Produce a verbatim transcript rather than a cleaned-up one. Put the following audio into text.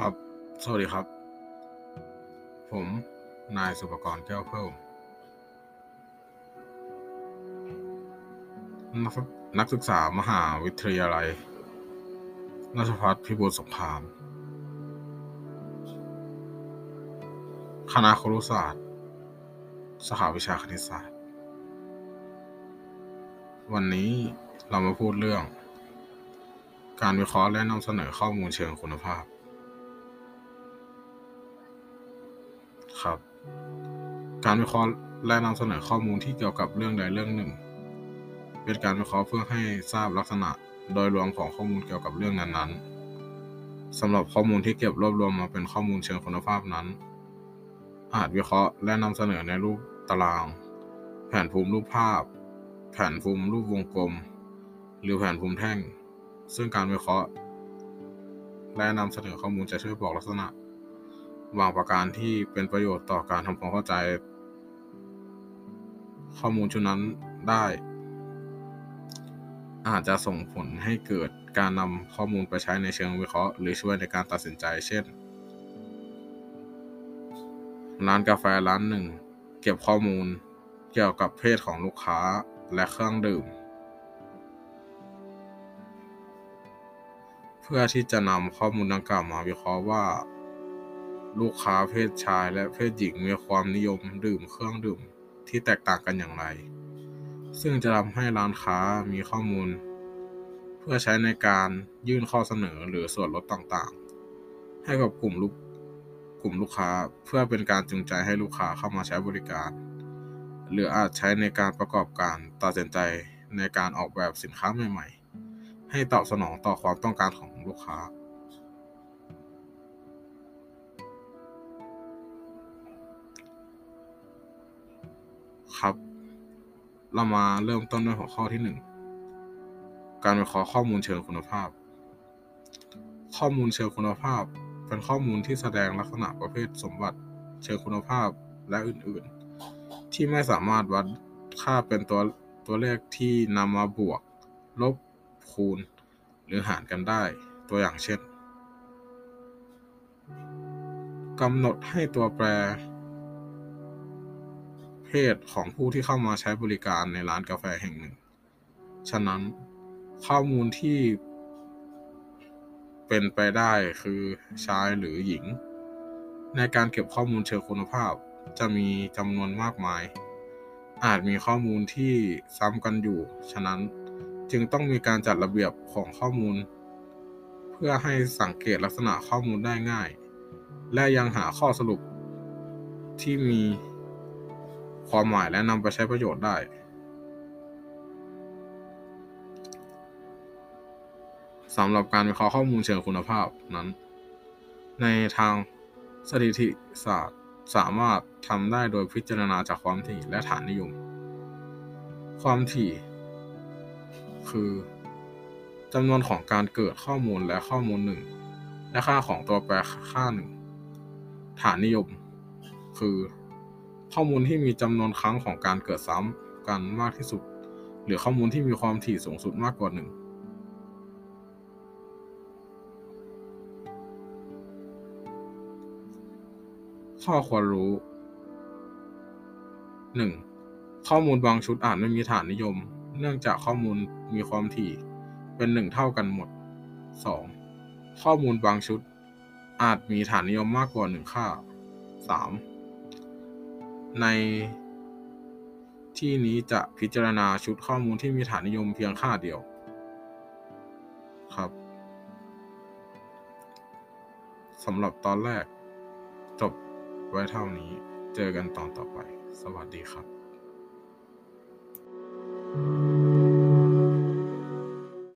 ครับ สวัสดีครับ ผม นายสุภกร แก้วเพิ่ม นักศึกนักศึกษามหาวิทยาลัย ราชภัฏพิบูลสงคราม คณะครุศาสตร์ สาขาวิชาคณิตศาสตร์ วันนี้เรามาพูดเรื่อง การวิเคราะห์และนำเสนอข้อมูลเชิงคุณภาพ ครับ การวิเคราะห์และนำเสนอข้อมูลที่เกี่ยวกับเรื่องใดเรื่องหนึ่ง เป็นการวิเคราะห์เพื่อให้ทราบลักษณะโดยรวมของข้อมูลเกี่ยวกับเรื่องนั้นๆสำหรับข้อมูลที่เก็บรวบรวมมาเป็นข้อมูลเชิงคุณภาพนั้น อาจวิเคราะห์และนำเสนอในรูปตาราง แผนภูมิรูปภาพ แผนภูมิรูปวงกลม หรือแผนภูมิแท่ง ซึ่งการวิเคราะห์และนำเสนอข้อมูลจะช่วยบอกลักษณะบางประการที่เป็นประโยชน์ต่อการทำความเข้าใจข้อมูลชุดนั้นได้ อาจจะส่งผลให้เกิดการนำข้อมูลไปใช้ในเชิงวิเคราะห์หรือช่วยในการตัดสินใจ เช่น ร้านกาแฟร้านหนึ่งเก็บข้อมูลเกี่ยวกับเพศของลูกค้าและเครื่องดื่ม เพื่อที่จะนำข้อมูลดังกล่าวมาวิเคราะห์ว่า ลูกค้าเพศชายและเพศหญิงมีความนิยมดื่มเครื่องดื่มที่แตกต่างกันอย่างไร ซึ่งจะทำให้ร้านค้ามีข้อมูล เพื่อใช้ในการยื่นข้อเสนอหรือส่วนลดต่างๆ ให้กับกลุ่มลูกกลุ่มลูกค้าเพื่อเป็นการจูงใจให้ลูกค้าเข้ามาใช้บริการ หรืออาจใช้ในการประกอบการตัดสินใจในการออกแบบสินค้าใหม่ๆ ให้ตอบสนองต่อความต้องการของลูกค้า ครับ เรามาเริ่มต้นด้วยหัวข้อที่หนึ่ง การวิเคราะห์ข้อมูลเชิงคุณภาพ ข้อมูลเชิงคุณภาพเป็นข้อมูลที่แสดงลักษณะประเภทสมบัติเชิงคุณภาพและอื่นๆ ที่ไม่สามารถวัดค่าเป็นตัวตัวเลขที่นำมาบวก ลบ คูณ หรือหารกันได้ ตัวอย่างเช่น กำหนดให้ตัวแปรเพศของผู้ที่เข้ามาใช้บริการในร้านกาแฟแห่งหนึ่ง ฉะนั้น ข้อมูลที่เป็นไปได้คือชายหรือหญิง ในการเก็บข้อมูลเชิงคุณภาพจะมีจำนวนมากมาย อาจมีข้อมูลที่ซ้ำกันอยู่ ฉะนั้นจึงต้องมีการจัดระเบียบของข้อมูล เพื่อให้สังเกตลักษณะข้อมูลได้ง่าย และยังหาข้อสรุปที่มีความหมายและนำไปใช้ประโยชน์ได้ สำหรับการวิเคราะห์ข้อมูลเชิงคุณภาพนั้น ในทางสถิติศาสตร์สามารถทำได้โดยพิจารณาจากความถี่และฐานนิยม ความถี่คือจำนวนของการเกิดข้อมูลและข้อมูลหนึ่งและค่าของตัวแปรค่าหนึ่ง ฐานนิยมคือข้อมูลที่มีจำนวนครั้งของการเกิดซ้ำกันมากที่สุด หรือข้อมูลที่มีความถี่สูงสุดมากกว่าหนึ่ง ข้อควรรู้ หนึ่ง ข้อมูลบางชุดอาจไม่มีฐานนิยม เนื่องจากข้อมูลมีความถี่เป็นหนึ่งเท่ากันหมด สอง ข้อมูลบางชุดอาจมีฐานนิยมมากกว่าหนึ่งค่า สาม ในที่นี้จะพิจารณาชุดข้อมูลที่มีฐานนิยมเพียงค่าเดียว ครับสำหรับตอนแรกจบไว้เท่านี้ เจอกันตอนต่อไป สวัสดีครับ